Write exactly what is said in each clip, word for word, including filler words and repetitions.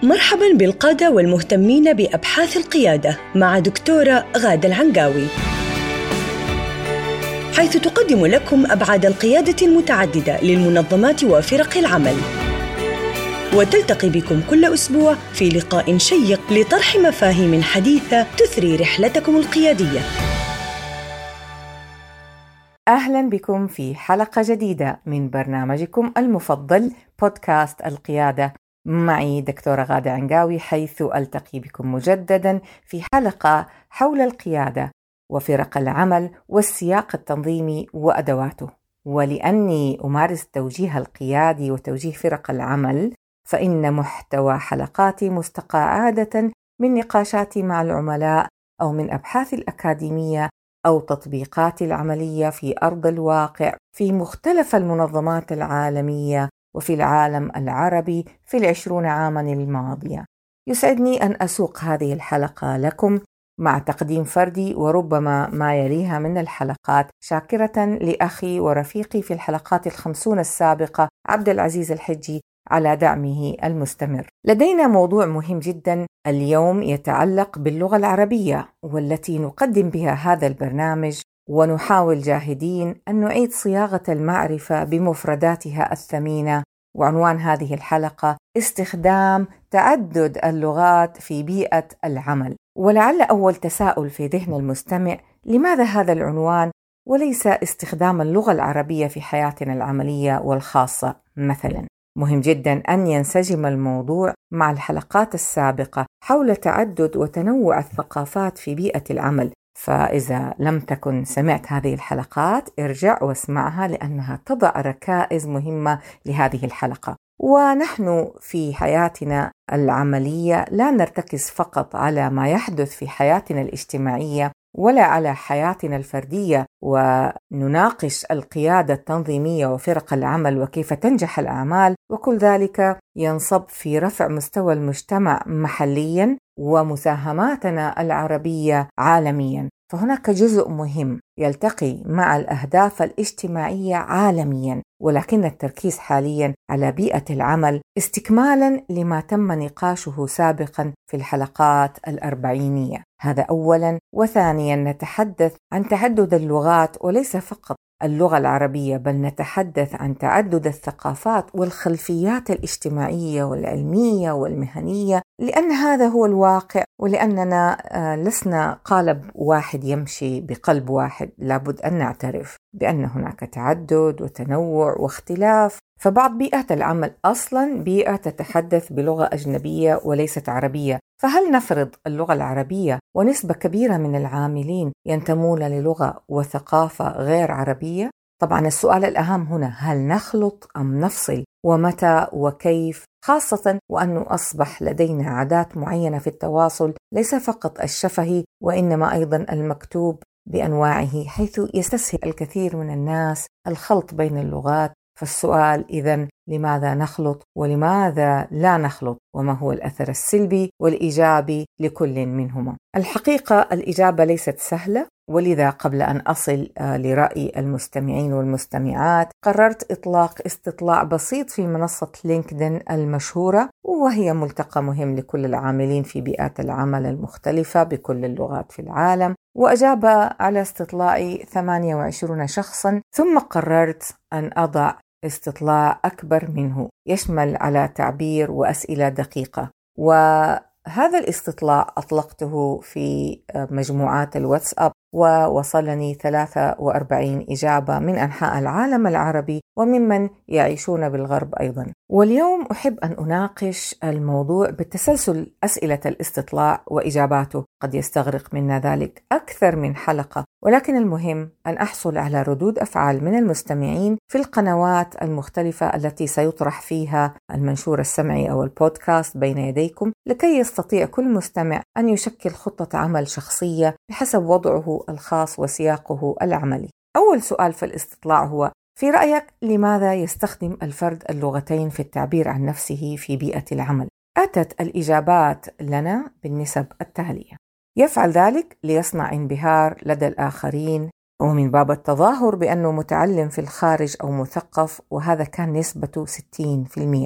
مرحباً بالقادة والمهتمين بأبحاث القيادة مع دكتورة غادة العنقاوي، حيث تقدم لكم أبعاد القيادة المتعددة للمنظمات وفرق العمل، وتلتقي بكم كل أسبوع في لقاء شيق لطرح مفاهيم حديثة تثري رحلتكم القيادية. أهلا بكم في حلقة جديدة من برنامجكم المفضل بودكاست القيادة، معي دكتورة غادة عنقاوي، حيث ألتقي بكم مجددا في حلقة حول القيادة وفرق العمل والسياق التنظيمي وأدواته. ولأني أمارس التوجيه القيادي وتوجيه فرق العمل، فإن محتوى حلقاتي مستقى عادة من نقاشاتي مع العملاء أو من أبحاث الأكاديمية أو تطبيقات العملية في أرض الواقع في مختلف المنظمات العالمية وفي العالم العربي في العشرون عاما الماضية. يسعدني أن أسوق هذه الحلقة لكم مع تقديم فردي وربما ما يليها من الحلقات، شاكرة لأخي ورفيقي في الحلقات الخمسون السابقة عبد العزيز الحجي على دعمه المستمر. لدينا موضوع مهم جدا اليوم يتعلق باللغة العربية، والتي نقدم بها هذا البرنامج، ونحاول جاهدين أن نعيد صياغة المعرفة بمفرداتها الثمينة. وعنوان هذه الحلقة استخدام تعدد اللغات في بيئة العمل. ولعل أول تساؤل في ذهن المستمع: لماذا هذا العنوان وليس استخدام اللغة العربية في حياتنا العملية والخاصة مثلا؟ مهم جدا أن ينسجم الموضوع مع الحلقات السابقة حول تعدد وتنوع الثقافات في بيئة العمل، فإذا لم تكن سمعت هذه الحلقات ارجع واسمعها، لأنها تضع ركائز مهمة لهذه الحلقة. ونحن في حياتنا العملية لا نرتكز فقط على ما يحدث في حياتنا الاجتماعية ولا على حياتنا الفردية، ونناقش القيادة التنظيمية وفرق العمل وكيف تنجح الأعمال، وكل ذلك ينصب في رفع مستوى المجتمع محليا ومساهماتنا العربية عالميا. فهناك جزء مهم يلتقي مع الأهداف الاجتماعية عالميا، ولكن التركيز حاليا على بيئة العمل استكمالا لما تم نقاشه سابقا في الحلقات الأربعينية. هذا أولا. وثانيا نتحدث عن تعدد اللغات، وليس فقط اللغة العربية، بل نتحدث عن تعدد الثقافات والخلفيات الاجتماعية والعلمية والمهنية، لأن هذا هو الواقع، ولأننا لسنا قالب واحد يمشي بقلب واحد. لابد أن نعترف بأن هناك تعدد وتنوع واختلاف. فبعض بيئات العمل أصلا بيئة تتحدث بلغة أجنبية وليست عربية، فهل نفرض اللغة العربية ونسبة كبيرة من العاملين ينتمون للغة وثقافة غير عربية؟ طبعا السؤال الأهم هنا: هل نخلط أم نفصل؟ ومتى وكيف؟ خاصة وأنه أصبح لدينا عادات معينة في التواصل، ليس فقط الشفهي وإنما أيضا المكتوب بأنواعه، حيث يستسهل الكثير من الناس الخلط بين اللغات. فالسؤال إذن: لماذا نخلط ولماذا لا نخلط؟ وما هو الأثر السلبي والإيجابي لكل منهما؟ الحقيقة الإجابة ليست سهلة، ولذا قبل أن أصل لرأي المستمعين والمستمعات قررت إطلاق استطلاع بسيط في منصة لينكدين المشهورة، وهي ملتقى مهم لكل العاملين في بيئات العمل المختلفة بكل اللغات في العالم. وأجاب على استطلاعي ثمانية وعشرين شخصا، ثم قررت أن أضع استطلاع أكبر منه يشمل على تعبير وأسئلة دقيقة. وهذا الاستطلاع أطلقته في مجموعات الواتساب، ووصلني ثلاثة وأربعين إجابة من أنحاء العالم العربي وممن يعيشون بالغرب أيضا. واليوم أحب أن أناقش الموضوع بتسلسل أسئلة الاستطلاع وإجاباته. قد يستغرق منا ذلك أكثر من حلقة، ولكن المهم أن أحصل على ردود أفعال من المستمعين في القنوات المختلفة التي سيطرح فيها المنشور السمعي أو البودكاست بين يديكم، لكي يستطيع كل مستمع أن يشكل خطة عمل شخصية بحسب وضعه الخاص وسياقه العملي. أول سؤال في الاستطلاع هو: في رأيك لماذا يستخدم الفرد اللغتين في التعبير عن نفسه في بيئة العمل؟ أتت الإجابات لنا بالنسب التالية: يفعل ذلك ليصنع انبهار لدى الآخرين، ومن باب التظاهر بأنه متعلم في الخارج أو مثقف، وهذا كان نسبته ستين بالمئة.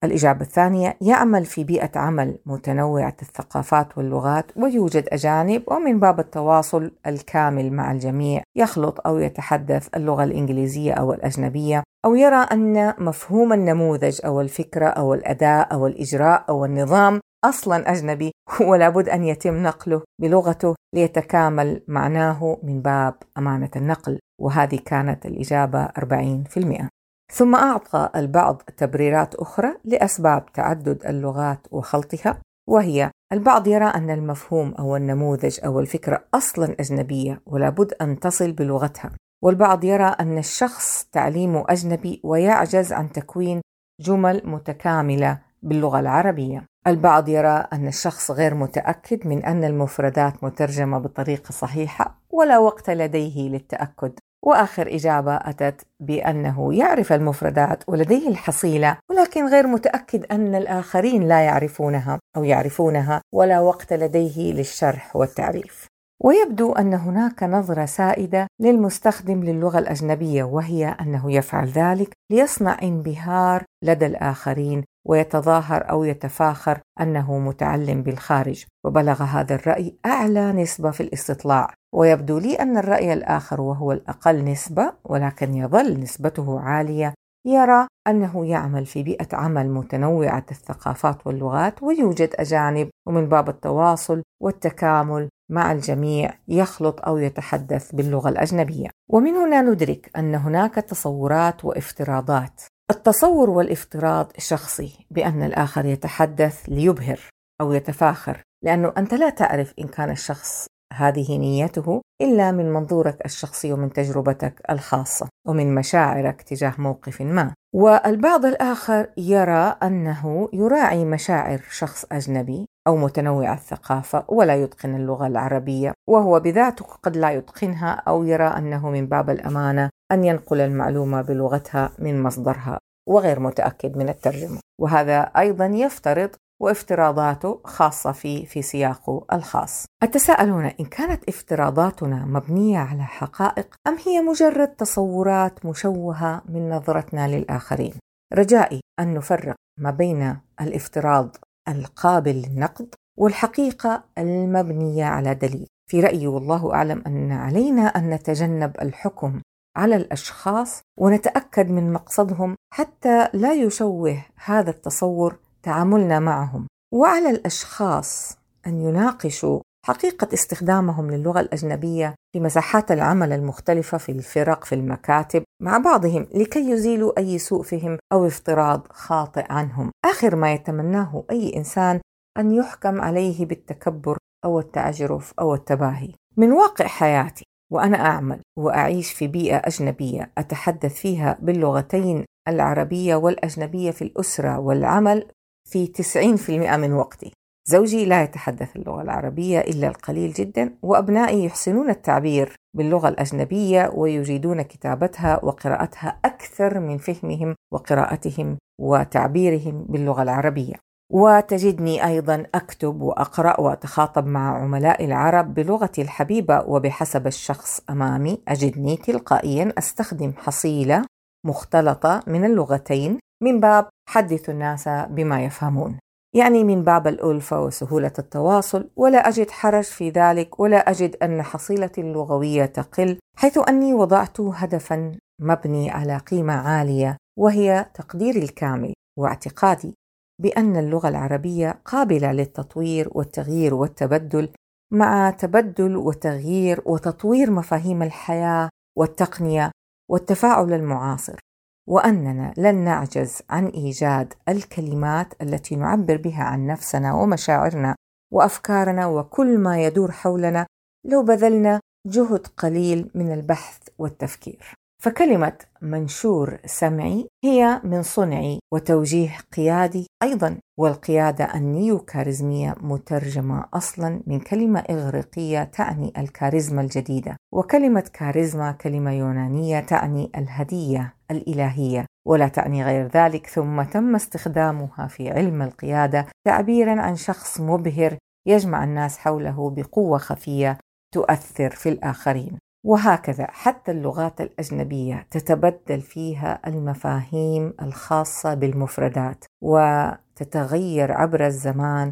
الإجابة الثانية: يعمل في بيئة عمل متنوعة الثقافات واللغات ويوجد أجانب، ومن باب التواصل الكامل مع الجميع يخلط أو يتحدث اللغة الإنجليزية أو الأجنبية، أو يرى أن مفهوم النموذج أو الفكرة أو الأداء أو الإجراء أو النظام أصلا أجنبي ولا بد أن يتم نقله بلغته ليتكامل معناه من باب أمانة النقل، وهذه كانت الإجابة أربعين بالمئة. ثم أعطى البعض تبريرات أخرى لأسباب تعدد اللغات وخلطها، وهي: البعض يرى أن المفهوم أو النموذج أو الفكرة أصلا أجنبية ولا بد أن تصل بلغتها، والبعض يرى أن الشخص تعليمه أجنبي ويعجز عن تكوين جمل متكاملة باللغة العربية. البعض يرى أن الشخص غير متأكد من أن المفردات مترجمة بطريقة صحيحة ولا وقت لديه للتأكد. وآخر إجابة أتت بأنه يعرف المفردات ولديه الحصيلة ولكن غير متأكد أن الآخرين لا يعرفونها أو يعرفونها ولا وقت لديه للشرح والتعريف. ويبدو أن هناك نظرة سائدة للمستخدم للغة الأجنبية، وهي أنه يفعل ذلك ليصنع انبهار لدى الآخرين ويتظاهر أو يتفاخر أنه متعلم بالخارج، وبلغ هذا الرأي أعلى نسبة في الاستطلاع. ويبدو لي أن الرأي الآخر وهو الأقل نسبة ولكن يظل نسبته عالية يرى أنه يعمل في بيئة عمل متنوعة الثقافات واللغات ويوجد أجانب، ومن باب التواصل والتكامل مع الجميع يخلط أو يتحدث باللغة الأجنبية. ومن هنا ندرك أن هناك تصورات وافتراضات. التصور والافتراض شخصي بأن الآخر يتحدث ليبهر أو يتفاخر، لأنه أنت لا تعرف إن كان الشخص هذه نيته إلا من منظورك الشخصي ومن تجربتك الخاصة ومن مشاعرك تجاه موقف ما. والبعض الآخر يرى أنه يراعي مشاعر شخص أجنبي أو متنوع الثقافة ولا يتقن اللغة العربية، وهو بذاته قد لا يتقنها، أو يرى أنه من باب الأمانة أن ينقل المعلومة بلغتها من مصدرها وغير متأكد من الترجمة، وهذا أيضا يفترض وافتراضاته خاصة في في سياقه الخاص. أتساءل هنا إن كانت افتراضاتنا مبنية على حقائق أم هي مجرد تصورات مشوهة من نظرتنا للآخرين. رجائي أن نفرق ما بين الافتراض القابل للنقد والحقيقة المبنية على دليل. في رأيي والله أعلم أن علينا أن نتجنب الحكم على الأشخاص ونتأكد من مقصدهم حتى لا يشوه هذا التصور تعاملنا معهم، وعلى الأشخاص أن يناقشوا حقيقة استخدامهم للغة الأجنبية في مساحات العمل المختلفة في الفرق في المكاتب مع بعضهم لكي يزيلوا أي سوء فهم أو افتراض خاطئ عنهم. آخر ما يتمناه أي إنسان أن يحكم عليه بالتكبر أو التعجرف أو التباهي. من واقع حياتي وأنا أعمل وأعيش في بيئة أجنبية أتحدث فيها باللغتين العربية والأجنبية في الأسرة والعمل في تسعين بالمئة من وقتي. زوجي لا يتحدث اللغة العربية إلا القليل جدا، وأبنائي يحسنون التعبير باللغة الأجنبية ويجيدون كتابتها وقراءتها أكثر من فهمهم وقراءتهم وتعبيرهم باللغة العربية. وتجدني أيضا أكتب وأقرأ وأتخاطب مع عملاء العرب بلغتي الحبيبة، وبحسب الشخص أمامي أجدني تلقائيا أستخدم حصيلة مختلطة من اللغتين من باب حدث الناس بما يفهمون، يعني من باب الألفة وسهولة التواصل، ولا أجد حرج في ذلك ولا أجد أن حصيلتي اللغوية تقل، حيث أني وضعت هدفا مبني على قيمة عالية وهي تقديري الكامل واعتقادي بأن اللغة العربية قابلة للتطوير والتغيير والتبدل مع تبدل وتغيير وتطوير مفاهيم الحياة والتقنية والتفاعل المعاصر، وأننا لن نعجز عن إيجاد الكلمات التي نعبر بها عن نفسنا ومشاعرنا وأفكارنا وكل ما يدور حولنا لو بذلنا جهد قليل من البحث والتفكير. فكلمة منشور سمعي هي من صنعي وتوجيه قيادي أيضا، والقيادة النيوكاريزمية مترجمة أصلا من كلمة إغريقية تعني الكاريزما الجديدة، وكلمة كاريزما كلمة يونانية تعني الهدية الإلهية ولا تعني غير ذلك، ثم تم استخدامها في علم القيادة تعبيرا عن شخص مبهر يجمع الناس حوله بقوة خفية تؤثر في الآخرين. وهكذا حتى اللغات الأجنبية تتبدل فيها المفاهيم الخاصة بالمفردات وتتغير عبر الزمان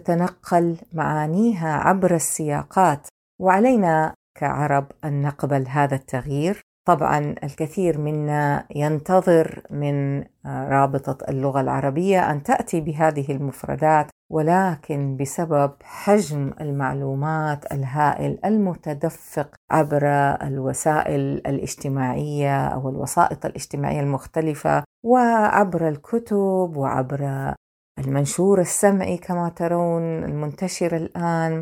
وتتنقل معانيها عبر السياقات، وعلينا كعرب أن نقبل هذا التغيير. طبعا الكثير منا ينتظر من رابطة اللغة العربية أن تأتي بهذه المفردات، ولكن بسبب حجم المعلومات الهائل المتدفق عبر الوسائل الاجتماعية أو الوسائط الاجتماعية المختلفة وعبر الكتب وعبر المنشور السمعي كما ترون المنتشر الآن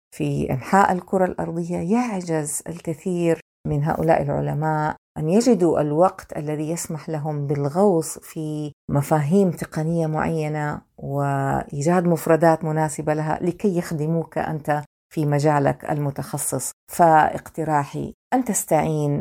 في أنحاء الكرة الأرضية، يعجز الكثير من هؤلاء العلماء أن يجدوا الوقت الذي يسمح لهم بالغوص في مفاهيم تقنية معينة وإيجاد مفردات مناسبة لها لكي يخدموك أنت في مجالك المتخصص. فاقتراحي أن تستعين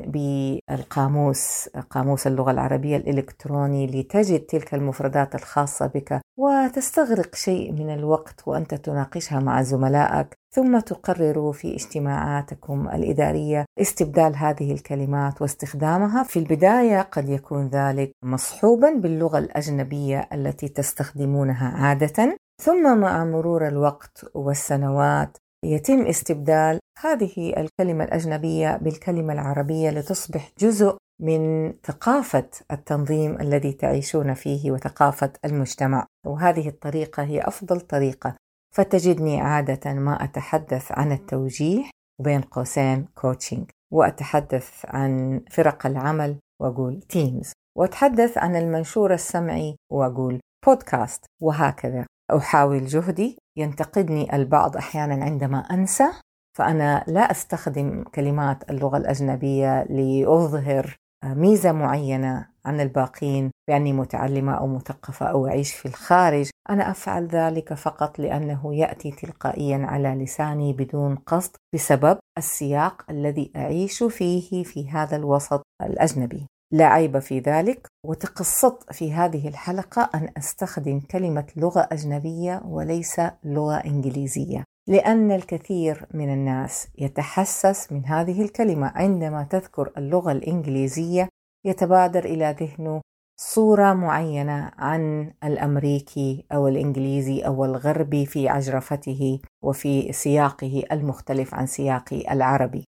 بالقاموس، قاموس اللغة العربية الإلكتروني، لتجد تلك المفردات الخاصة بك وتستغرق شيء من الوقت وأنت تناقشها مع زملائك، ثم تقرروا في اجتماعاتكم الإدارية استبدال هذه الكلمات واستخدامها. في البداية قد يكون ذلك مصحوبا باللغة الأجنبية التي تستخدمونها عادة، ثم مع مرور الوقت والسنوات يتم استبدال هذه الكلمة الأجنبية بالكلمة العربية لتصبح جزء من ثقافة التنظيم الذي تعيشون فيه وثقافة المجتمع، وهذه الطريقة هي أفضل طريقة. فتجدني عادة ما أتحدث عن التوجيه بين قوسين كوتشنج، وأتحدث عن فرق العمل وأقول تيمز، وأتحدث عن المنشور السمعي وأقول بودكاست، وهكذا. أحاول جهدي. ينتقدني البعض أحيانا عندما أنسى، فأنا لا أستخدم كلمات اللغة الأجنبية لأظهر ميزة معينة عن الباقين بأني متعلمة أو مثقفة أو أعيش في الخارج. أنا أفعل ذلك فقط لأنه يأتي تلقائيا على لساني بدون قصد بسبب السياق الذي أعيش فيه في هذا الوسط الأجنبي، لا عيب في ذلك. وتقصدت في هذه الحلقة أن أستخدم كلمة لغة أجنبية وليس لغة إنجليزية، لأن الكثير من الناس يتحسس من هذه الكلمة. عندما تذكر اللغة الإنجليزية يتبادر إلى ذهنه صورة معينة عن الأمريكي أو الإنجليزي أو الغربي في عجرفته وفي سياقه المختلف عن سياقي العربي،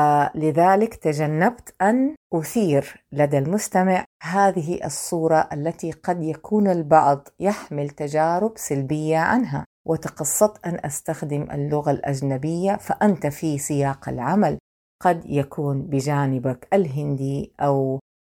ولذلك تجنبت أن أثير لدى المستمع هذه الصورة التي قد يكون البعض يحمل تجارب سلبية عنها. وتقصدت أن أستخدم اللغة الأجنبية، فأنت في سياق العمل قد يكون بجانبك الهندي أو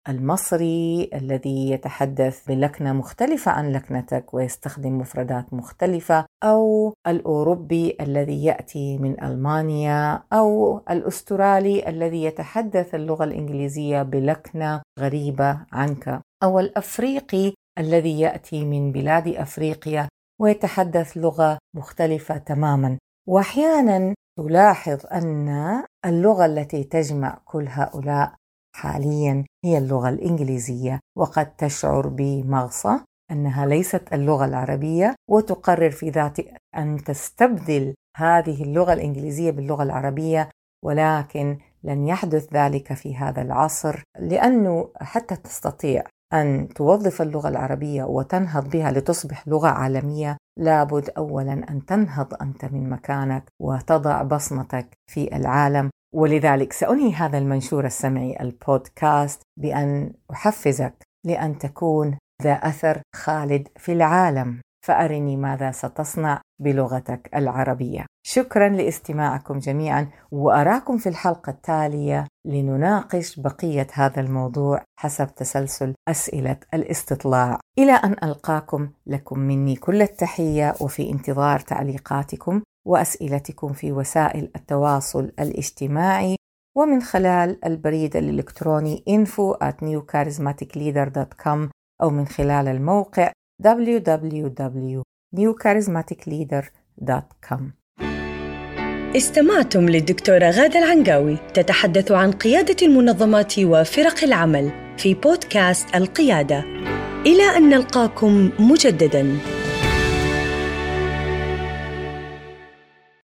المصري الذي يتحدث بلكنة مختلفة عن لكنتك ويستخدم مفردات مختلفة، أو الأوروبي الذي يأتي من ألمانيا، أو الأسترالي الذي يتحدث اللغة الإنجليزية بلكنة غريبة عنك، أو الأفريقي الذي يأتي من بلاد أفريقيا ويتحدث لغة مختلفة تماما. وأحيانا تلاحظ أن اللغة التي تجمع كل هؤلاء حاليا هي اللغة الإنجليزية، وقد تشعر بمغصة أنها ليست اللغة العربية، وتقرر في ذاتك أن تستبدل هذه اللغة الإنجليزية باللغة العربية، ولكن لن يحدث ذلك في هذا العصر، لأنه حتى تستطيع أن توظف اللغة العربية وتنهض بها لتصبح لغة عالمية لابد أولا أن تنهض أنت من مكانك وتضع بصمتك في العالم. ولذلك سأنهي هذا المنشور السمعي البودكاست بأن أحفزك لأن تكون ذا أثر خالد في العالم، فأرني ماذا ستصنع بلغتك العربية. شكرا لاستماعكم جميعا، وأراكم في الحلقة التالية لنناقش بقية هذا الموضوع حسب تسلسل أسئلة الاستطلاع. إلى أن ألقاكم، لكم مني كل التحية، وفي انتظار تعليقاتكم وأسئلتكم في وسائل التواصل الاجتماعي ومن خلال البريد الإلكتروني info at new charismatic leader dot com أو من خلال الموقع دبليو دبليو دبليو دوت نيو كاريزماتيك ليدر دوت كوم. استمعتم للدكتورة غادة العنقاوي تتحدث عن قيادة المنظمات وفرق العمل في بودكاست القيادة. إلى أن نلقاكم مجدداً.